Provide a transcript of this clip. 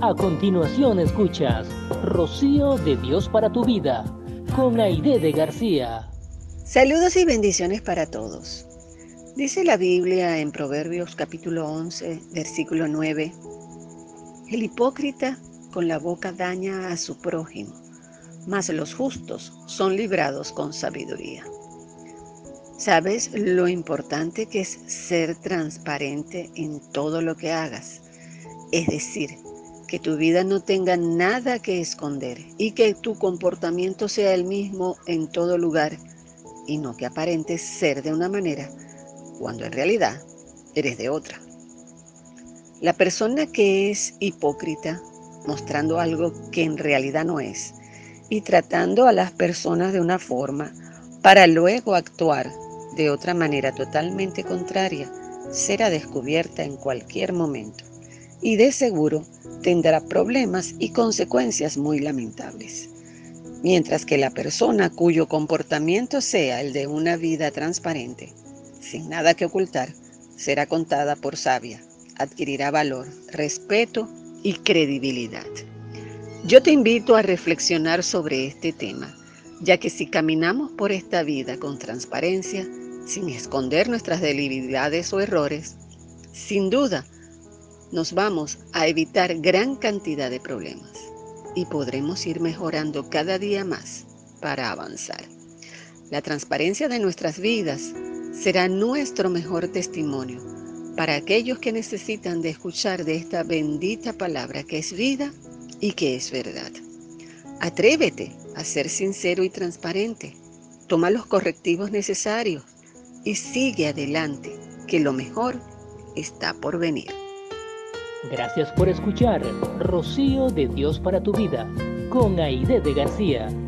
A continuación escuchas Rocío de Dios para tu vida con Aide de García. Saludos y bendiciones para todos. Dice la Biblia en Proverbios capítulo 11, versículo 9, el hipócrita con la boca daña a su prójimo, mas los justos son librados con sabiduría. ¿Sabes lo importante que es ser transparente en todo lo que hagas? Es decir, que tu vida no tenga nada que esconder y que tu comportamiento sea el mismo en todo lugar y no que aparentes ser de una manera cuando en realidad eres de otra. La persona que es hipócrita, mostrando algo que en realidad no es y tratando a las personas de una forma para luego actuar de otra manera totalmente contraria, será descubierta en cualquier momento y de seguro tendrá problemas y consecuencias muy lamentables. Mientras que la persona cuyo comportamiento sea el de una vida transparente, sin nada que ocultar, será contada por sabia, adquirirá valor, respeto y credibilidad. Yo te invito a reflexionar sobre este tema, ya que si caminamos por esta vida con transparencia, sin esconder nuestras debilidades o errores, sin duda nos vamos a evitar gran cantidad de problemas y podremos ir mejorando cada día más para avanzar. La transparencia de nuestras vidas será nuestro mejor testimonio para aquellos que necesitan de escuchar de esta bendita palabra que es vida y que es verdad. Atrévete a ser sincero y transparente. Toma los correctivos necesarios y sigue adelante, que lo mejor está por venir. Gracias por escuchar Rocío de Dios para tu vida con Aide de García.